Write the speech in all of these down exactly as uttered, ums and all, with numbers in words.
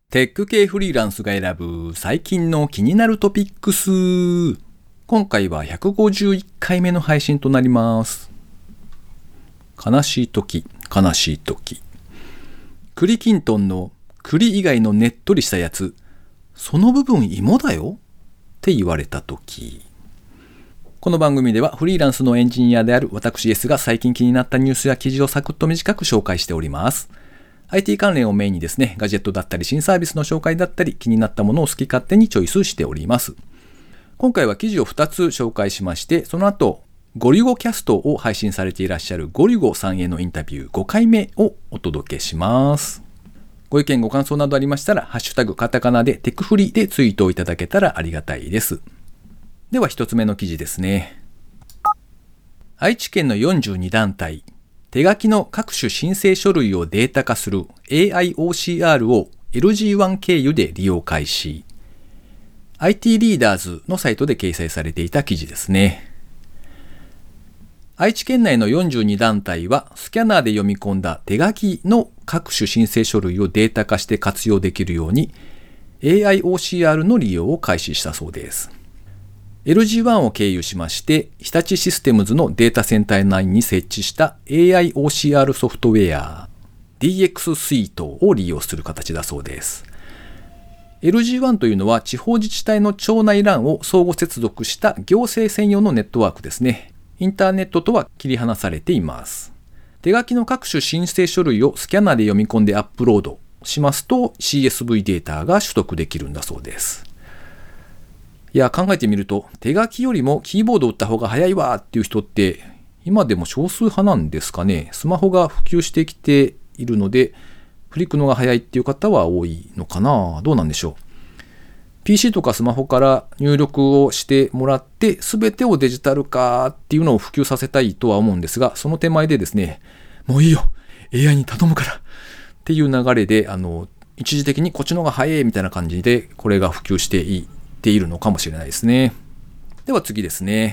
テック系フリーランスが選ぶ最近の気になるトピックス。今回はひゃくごじゅういっかいめの配信となります。悲しい時、悲しい時。栗きんとんの栗以外のねっとりしたやつ、その部分芋だよって言われた時。この番組ではフリーランスのエンジニアである私 S が最近気になったニュースや記事をサクッと短く紹介しております。アイティー 関連をメインにですね、ガジェットだったり新サービスの紹介だったり気になったものを好き勝手にチョイスしております。今回は記事をふたつ紹介しまして、その後ゴリゴキャストを配信されていらっしゃるゴリゴさんへのインタビューごかいめをお届けします。ご意見ご感想などありましたらハッシュタグカタカナでテクフリでツイートをいただけたらありがたいです。ではひとつめの記事ですね。愛知県のよんじゅうにだんたい手書きの各種申請書類をデータ化する エーアイオーシーアール を エルジーワン 経由で利用開始。アイティー リーダーズのサイトで掲載されていた記事ですね。愛知県内のよんじゅうにだんたいはスキャナーで読み込んだ手書きの各種申請書類をデータ化して活用できるように エーアイオーシーアール の利用を開始したそうです。エルジーワン を経由しまして、日立システムズのデータセンター内に設置した エーアイオーシーアール ソフトウェア ディーエックス スイートを利用する形だそうです。エルジーワン というのは地方自治体の庁内 ラン を相互接続した行政専用のネットワークですね。インターネットとは切り離されています。手書きの各種申請書類をスキャナーで読み込んでアップロードしますと シーエスブイ データが取得できるんだそうです。いや、考えてみると手書きよりもキーボードを打った方が早いわっていう人って今でも少数派なんですかね。スマホが普及してきているので振りくのが早いっていう方は多いのかな。どうなんでしょう。 ピーシー とかスマホから入力をしてもらって全てをデジタル化っていうのを普及させたいとは思うんですが、その手前でですね、もういいよ エーアイ に頼むからっていう流れであの一時的にこっちの方が早いみたいな感じでこれが普及していいているのかもしれないですね。では次ですね。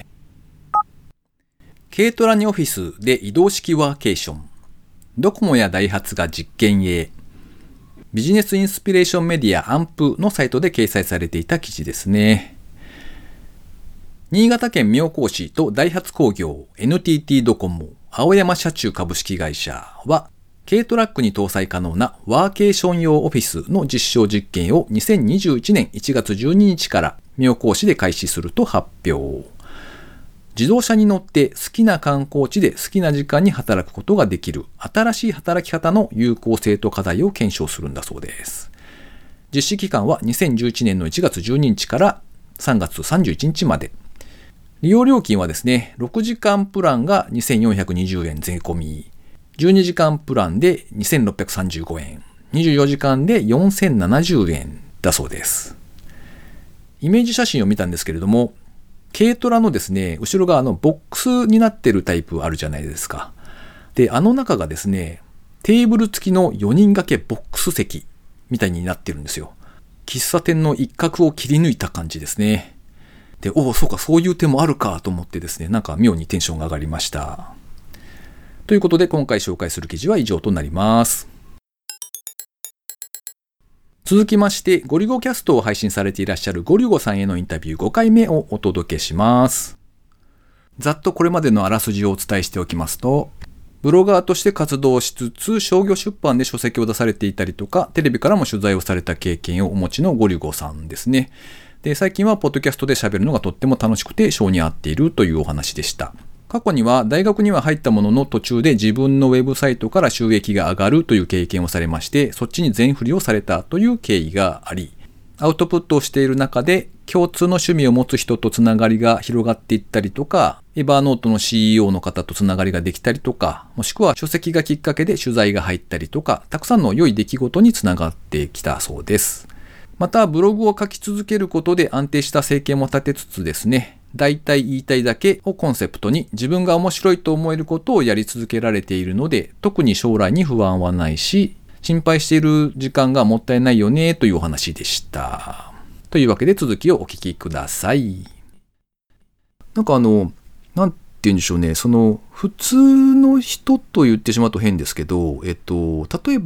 軽トラにオフィスで移動式ワーケーション。ドコモやダイハツが実験へ。ビジネスインスピレーションメディアアンプのサイトで掲載されていた記事ですね。新潟県妙高市とダイハツ工業、エヌティーティー ドコモ、青山車中株式会社は軽トラックに搭載可能なワーケーション用オフィスの実証実験をにせんにじゅういちねんいちがつじゅうににちから妙高市で開始すると発表。自動車に乗って好きな観光地で好きな時間に働くことができる新しい働き方の有効性と課題を検証するんだそうです。実施期間はにせんじゅういちねんのいちがつじゅうににちからさんがつさんじゅういちにちまで。利用料金はですね、ろくじかんプランがにせんよんひゃくにじゅうえん税込み。じゅうにじかんプランでにせんろっぴゃくさんじゅうごえん、にじゅうよじかんでよんせんななじゅうえんだそうです。イメージ写真を見たんですけれども、軽トラのですね、後ろ側のボックスになってるタイプあるじゃないですか。で、あの中がですね、テーブル付きのよにん掛けボックス席みたいになってるんですよ。喫茶店の一角を切り抜いた感じですね。で、おお、そうか、そういう手もあるかと思ってですね、なんか妙にテンションが上がりました。ということで今回紹介する記事は以上となります。続きましてゴリゴキャストを配信されていらっしゃるゴリゴさんへのインタビューごかいめをお届けします。ざっとこれまでのあらすじをお伝えしておきますと、ブロガーとして活動しつつ商業出版で書籍を出されていたりとかテレビからも取材をされた経験をお持ちのゴリゴさんですね。で、最近はポッドキャストで喋るのがとっても楽しくて性に合っているというお話でした。過去には大学には入ったものの途中で自分のウェブサイトから収益が上がるという経験をされまして、そっちに全振りをされたという経緯があり、アウトプットをしている中で共通の趣味を持つ人とつながりが広がっていったりとか、エバーノートの シーイーオー の方とつながりができたりとか、もしくは書籍がきっかけで取材が入ったりとか、たくさんの良い出来事につながってきたそうです。またブログを書き続けることで安定した生計も立てつつですね、大体言いたいだけをコンセプトに自分が面白いと思えることをやり続けられているので、特に将来に不安はないし、心配している時間がもったいないよねというお話でした。というわけで続きをお聞きください。なんかあの、なんて言うんでしょうね、その普通の人と言ってしまうと変ですけど、えっと、例えば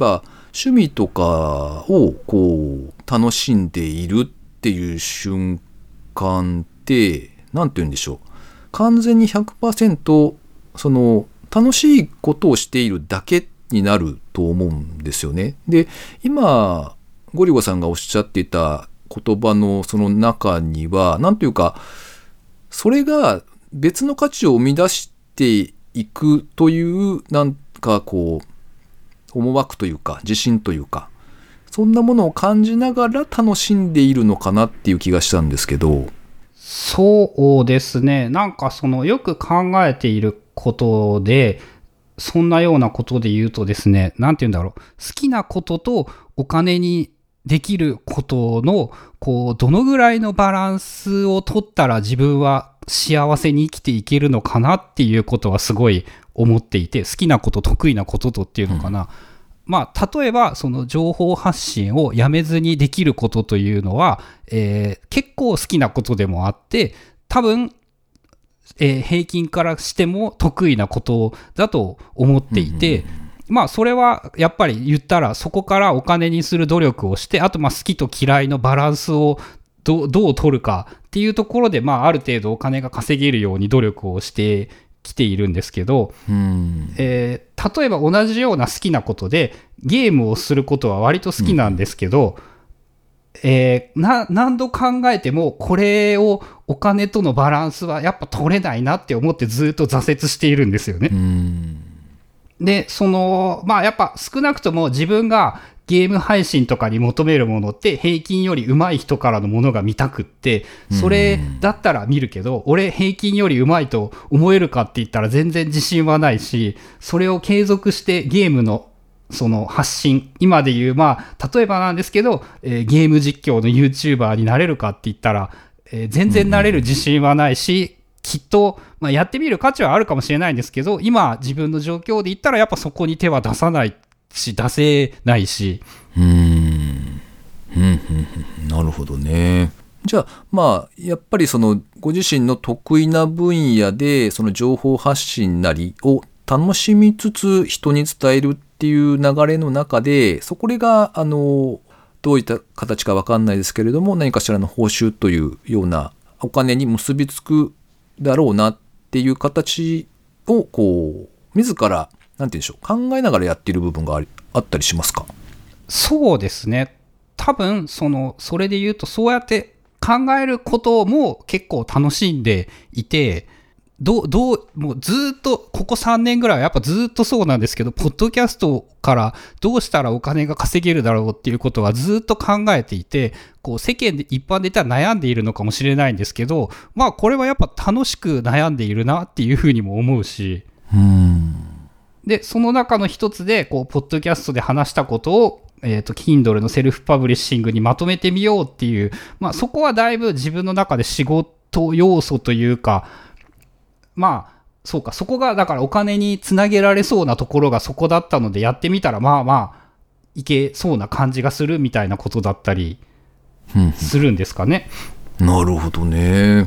趣味とかをこう楽しんでいるっていう瞬間って何て言うんでしょう、完全に ひゃくパーセント その楽しいことをしているだけになると思うんですよね。で、今ゴリゴさんがおっしゃっていた言葉のその中には何というか、それが別の価値を生み出していくというなんかこう思惑というか自信というか、そんなものを感じながら楽しんでいるのかなっていう気がしたんですけど。 そうですね。なんかそのよく考えていることで、そんなようなことで言うとですね、なんて言うんだろう、好きなこととお金にできることのこうどのぐらいのバランスを取ったら自分は幸せに生きていけるのかなっていうことはすごい思っていて、好きなこと得意なこととっていうのかな、うん、まあ例えばその情報発信をやめずにできることというのは、えー、結構好きなことでもあって、多分、えー、平均からしても得意なことだと思っていて、うんうんうん、まあそれはやっぱり言ったらそこからお金にする努力をして、あとまあ好きと嫌いのバランスをど う, どう取るかっていうところで、まあある程度お金が稼げるように努力をしてきているんですけど、 うんえー、例えば同じような好きなことでゲームをすることは割と好きなんですけど、うんえー、な何度考えてもこれをお金とのバランスはやっぱ取れないなって思ってずっと挫折しているんですよね。 うんで、その、まあやっぱ少なくとも自分がゲーム配信とかに求めるものって平均より上手い人からのものが見たくって、それだったら見るけど、俺平均より上手いと思えるかって言ったら全然自信はないし、それを継続してゲームのその発信、今で言う、まあ例えばなんですけど、えー、ゲーム実況の YouTuber になれるかって言ったら、えー、全然なれる自信はないし、きっと、まあ、やってみる価値はあるかもしれないんですけど、今自分の状況で言ったらやっぱそこに手は出さないし、出せないし。 うーん、うんうんうん、なるほどね。じゃあまあやっぱりそのご自身の得意な分野でその情報発信なりを楽しみつつ人に伝えるっていう流れの中で、そこがあのどういった形か分かんないですけれども、何かしらの報酬というようなお金に結びつくだろうなっていう形をこう自らなんて言うんでしょう、考えながらやっている部分が あ, りあったりしますか？ そうですね。多分そのそれで言うとそうやって考えることも結構楽しんでいて、どうどうもうずっとここさんねんぐらいはやっぱずっとそうなんですけど、ポッドキャストからどうしたらお金が稼げるだろうっていうことはずっと考えていて、こう世間で一般で言ったら悩んでいるのかもしれないんですけど、まあこれはやっぱ楽しく悩んでいるなっていうふうにも思うし、 うーんでその中の一つでこうポッドキャストで話したことをえーと Kindle のセルフパブリッシングにまとめてみようっていう、まあそこはだいぶ自分の中で仕事要素というか、まあそうか、そこがだからお金につなげられそうなところがそこだったので、やってみたらまあまあいけそうな感じがするみたいなことだったりするんですかね。 なるほどね。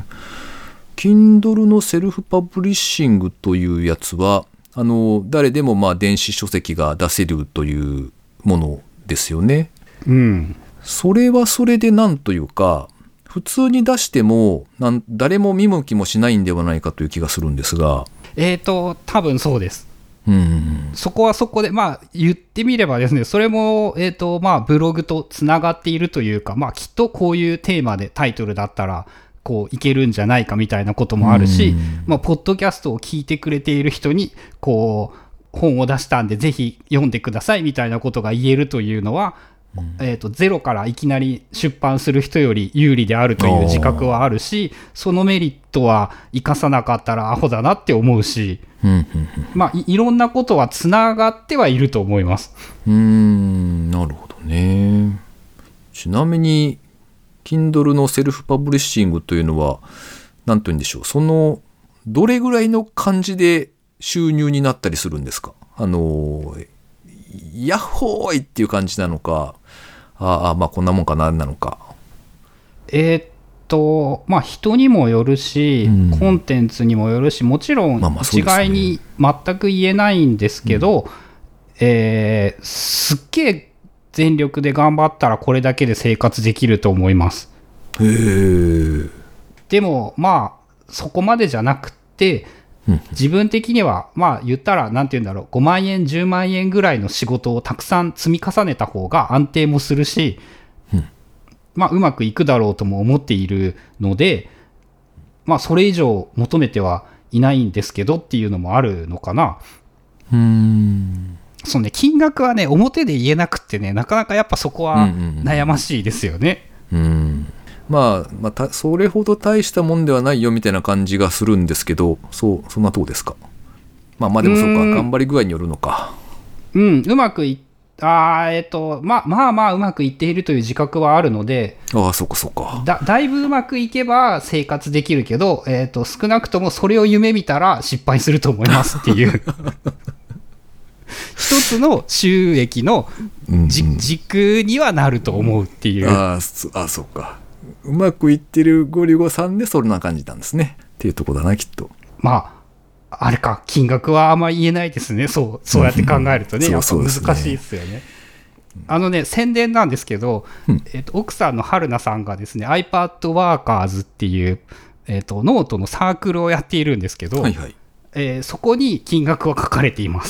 Kindle のセルフパブリッシングというやつはあの誰でもまあ電子書籍が出せるというものですよね。 うん、 それはそれでなんというか普通に出してもなん誰も見向きもしないんではないかという気がするんですが。 えーと多分そうです。 うん、 そこはそこでまあ言ってみればですね、それもえーとまあブログとつながっているというか、まあきっとこういうテーマでタイトルだったらこういけるんじゃないかみたいなこともあるし、まあポッドキャストを聞いてくれている人にこう本を出したんでぜひ読んでくださいみたいなことが言えるというのは、えーとゼロからいきなり出版する人より有利であるという自覚はあるし、そのメリットは生かさなかったらアホだなって思うし、まあ い, いろんなことはつながってはいると思います。 うーん、なるほどね。ちなみに Kindle のセルフパブリッシングというのは何て言うんでしょう、そのどれぐらいの感じで収入になったりするんですか？あのヤッホーイっていう感じなのか、ああまあこんなもんかななのか。 えー、っとまあ人にもよるし、うん、コンテンツにもよるし、もちろん一概に全く言えないんですけど、まあまあそうですね、えー、すっげえ全力で頑張ったらこれだけで生活できると思います。 へー。 でもまあそこまでじゃなくて、自分的にはまあ言ったらなんて言うんだろう、ごまんえんじゅうまんえんぐらいの仕事をたくさん積み重ねた方が安定もするし、うん、まあうまくいくだろうとも思っているので、まあそれ以上求めてはいないんですけどっていうのもあるのかな。 うーん。 そうね、金額はね表で言えなくってね、なかなかやっぱそこは悩ましいですよね。 うんうんうん、うんまあ、まあ、それほど大したもんではないよみたいな感じがするんですけど、そう、そんなとこですか。まあまあでもそうか、頑張り具合によるのか。 うん、うまくいあえっ、ー、と、まあまあまあうまくいっているという自覚はあるので、 ああ、そうかそうか。 だ、だいぶうまくいけば生活できるけど、えっ、ー、と、少なくともそれを夢見たら失敗すると思いますっていう。一つの収益の、うんうん、軸にはなると思うっていう。 ああ、そうか。うまくいってるゴリゴさんでそんな感じなんですねっていうところだなきっと。 まああれか、金額はあんまり言えないですね。そうそうやって考えるとね、やっぱ難しいですよね。あのね、宣伝なんですけど、うん、えー、と奥さんの春菜さんがですね iPad Workers っていう、えー、とノートのサークルをやっているんですけど、はいはい、えー、そこに金額は書かれています。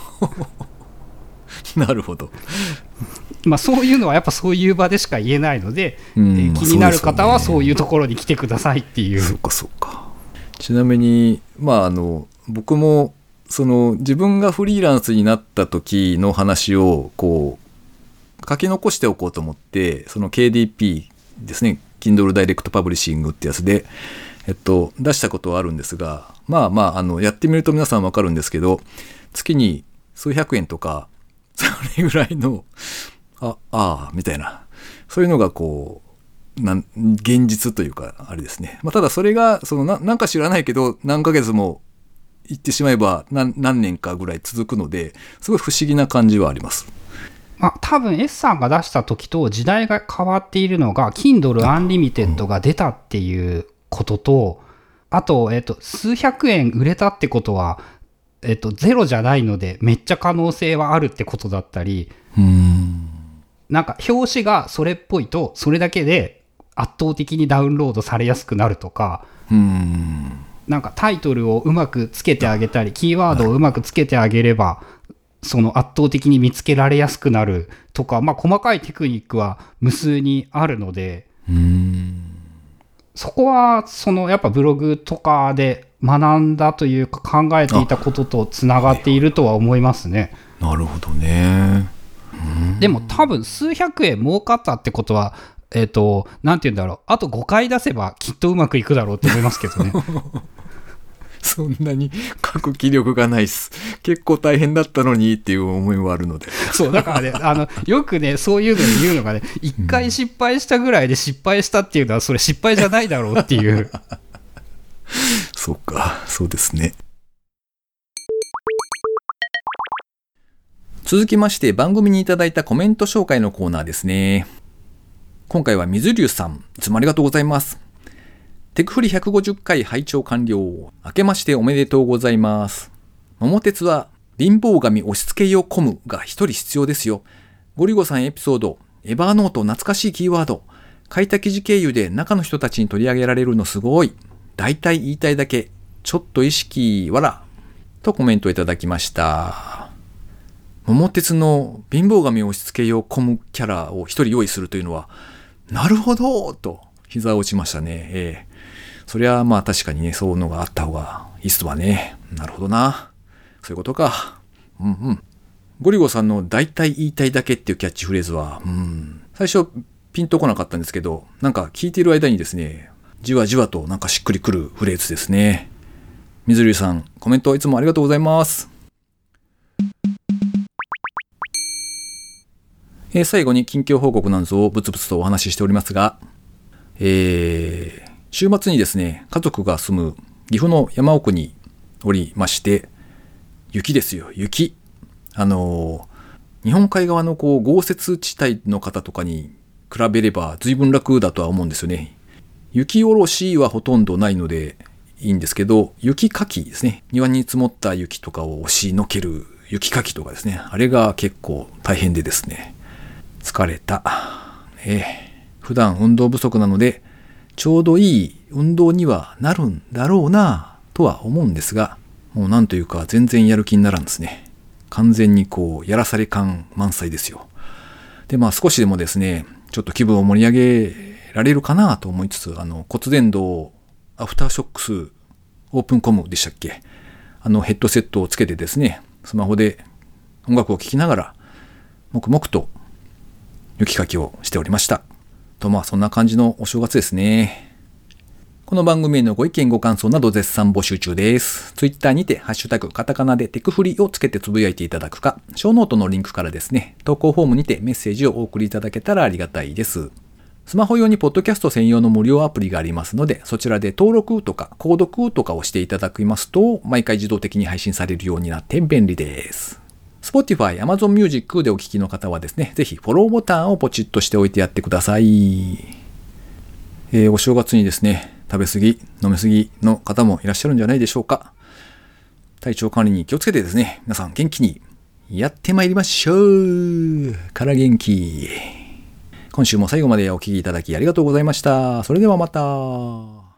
なるほど。 まあ、そういうのはやっぱそういう場でしか言えないので、うん、えー、気になる方はそういうところに来てくださいっていう。 そうかそうか。ちなみに、まあ、あの僕もその自分がフリーランスになった時の話をこう書き残しておこうと思って、その ケーディーピー ですね、 Kindle Direct Publishing ってやつで、えっと、出したことはあるんですが、まあまあ、あのやってみると皆さん分かるんですけど、月に数百円とかそれぐらいのああみたいな、そういうのがこうなん現実というかあれですね。まあ、ただそれがその な, なんか知らないけど何ヶ月も行ってしまえば 何, 何年かぐらい続くので、すごい不思議な感じはあります。 まあ、多分 S さんが出した時と時代が変わっているのが Kindle Unlimited が出たっていうことと、あと、えっと、数百円売れたってことは、えっと、ゼロじゃないのでめっちゃ可能性はあるってことだったり、 うーん、 なんか表紙がそれっぽいとそれだけで圧倒的にダウンロードされやすくなるとか、 うーん、 なんかタイトルをうまくつけてあげたりキーワードをうまくつけてあげればその圧倒的に見つけられやすくなるとか、まあ、細かいテクニックは無数にあるので、 うーん、 そこはそのやっぱブログとかで学んだというか考えていたこととつながっているとは思いますね。 なるほどね。 でも多分数百円儲かったってことは、えっと、なんて言うんだろう、あとごかい出せばきっとうまくいくだろうと思いますけどね。 そんなに書く気力がないっす。結構大変だったのにっていう思いはあるので。 そうだからね、あのよくねそういうのに言うのがね、一回失敗したぐらいで失敗したっていうのはそれ失敗じゃないだろうっていう。 そうか、そうですね。続きまして番組にいただいたコメント紹介のコーナーですね。今回は水流さん、いつもありがとうございます。テクフリひゃくごじゅっかい拝聴完了。明けましておめでとうございます。桃鉄は貧乏神押し付けよ込むが一人必要ですよ。ゴリゴさんエピソード、エバーノート懐かしいキーワード、書いた記事経由で中の人たちに取り上げられるのすごい。大体言いたいだけ、ちょっと意識わら。とコメントいただきました。桃鉄の貧乏神押し付けよ込むキャラを一人用意するというのは、なるほどと膝を打ちましたね。えーそりゃまあ確かにね、そういうのがあった方がいいっすわね。なるほどな。そういうことか。うんうん。ゴリゴさんの大体言いたいだけっていうキャッチフレーズは、うん、最初ピンとこなかったんですけど、なんか聞いている間にですね、じわじわとなんかしっくりくるフレーズですね。水流さん、コメントいつもありがとうございます。えー、最後に近況報告なんぞをブツブツとお話ししておりますが、えー、週末にですね、家族が住む岐阜の山奥におりまして、雪ですよ、雪。あのー、日本海側のこう豪雪地帯の方とかに比べれば随分楽だとは思うんですよね。雪下ろしはほとんどないのでいいんですけど、雪かきですね。庭に積もった雪とかを押しのける雪かきとかですね。あれが結構大変でですね。 疲れた。ええ、普段運動不足なので、ちょうどいい運動にはなるんだろうなとは思うんですが、もうなんというか全然やる気にならんですね。完全にこうやらされ感満載ですよ。でまあ少しでもですね、ちょっと気分を盛り上げられるかなと思いつつ、あの骨伝導アフターショックスオープンコムでしたっけ、あのヘッドセットをつけてですね、スマホで音楽を聴きながら黙々と雪かきをしておりました。とまあそんな感じのお正月ですね。この番組へのご意見ご感想など絶賛募集中です。ツイッターにてハッシュタグカタカナでテクフリをつけてつぶやいていただくか、ショーノートのリンクからですね、投稿フォームにてメッセージをお送りいただけたらありがたいです。スマホ用にポッドキャスト専用の無料アプリがありますので、そちらで登録とか購読とかをしていただきますと、毎回自動的に配信されるようになって便利です。Spotify、Amazon Music でお聞きの方はですね、ぜひフォローボタンをポチッとしておいてやってください。えー、お正月にですね、食べ過ぎ、飲み過ぎの方もいらっしゃるんじゃないでしょうか。体調管理に気をつけてですね、皆さん元気にやってまいりましょう。から元気。今週も最後までお聞きいただきありがとうございました。それではまた。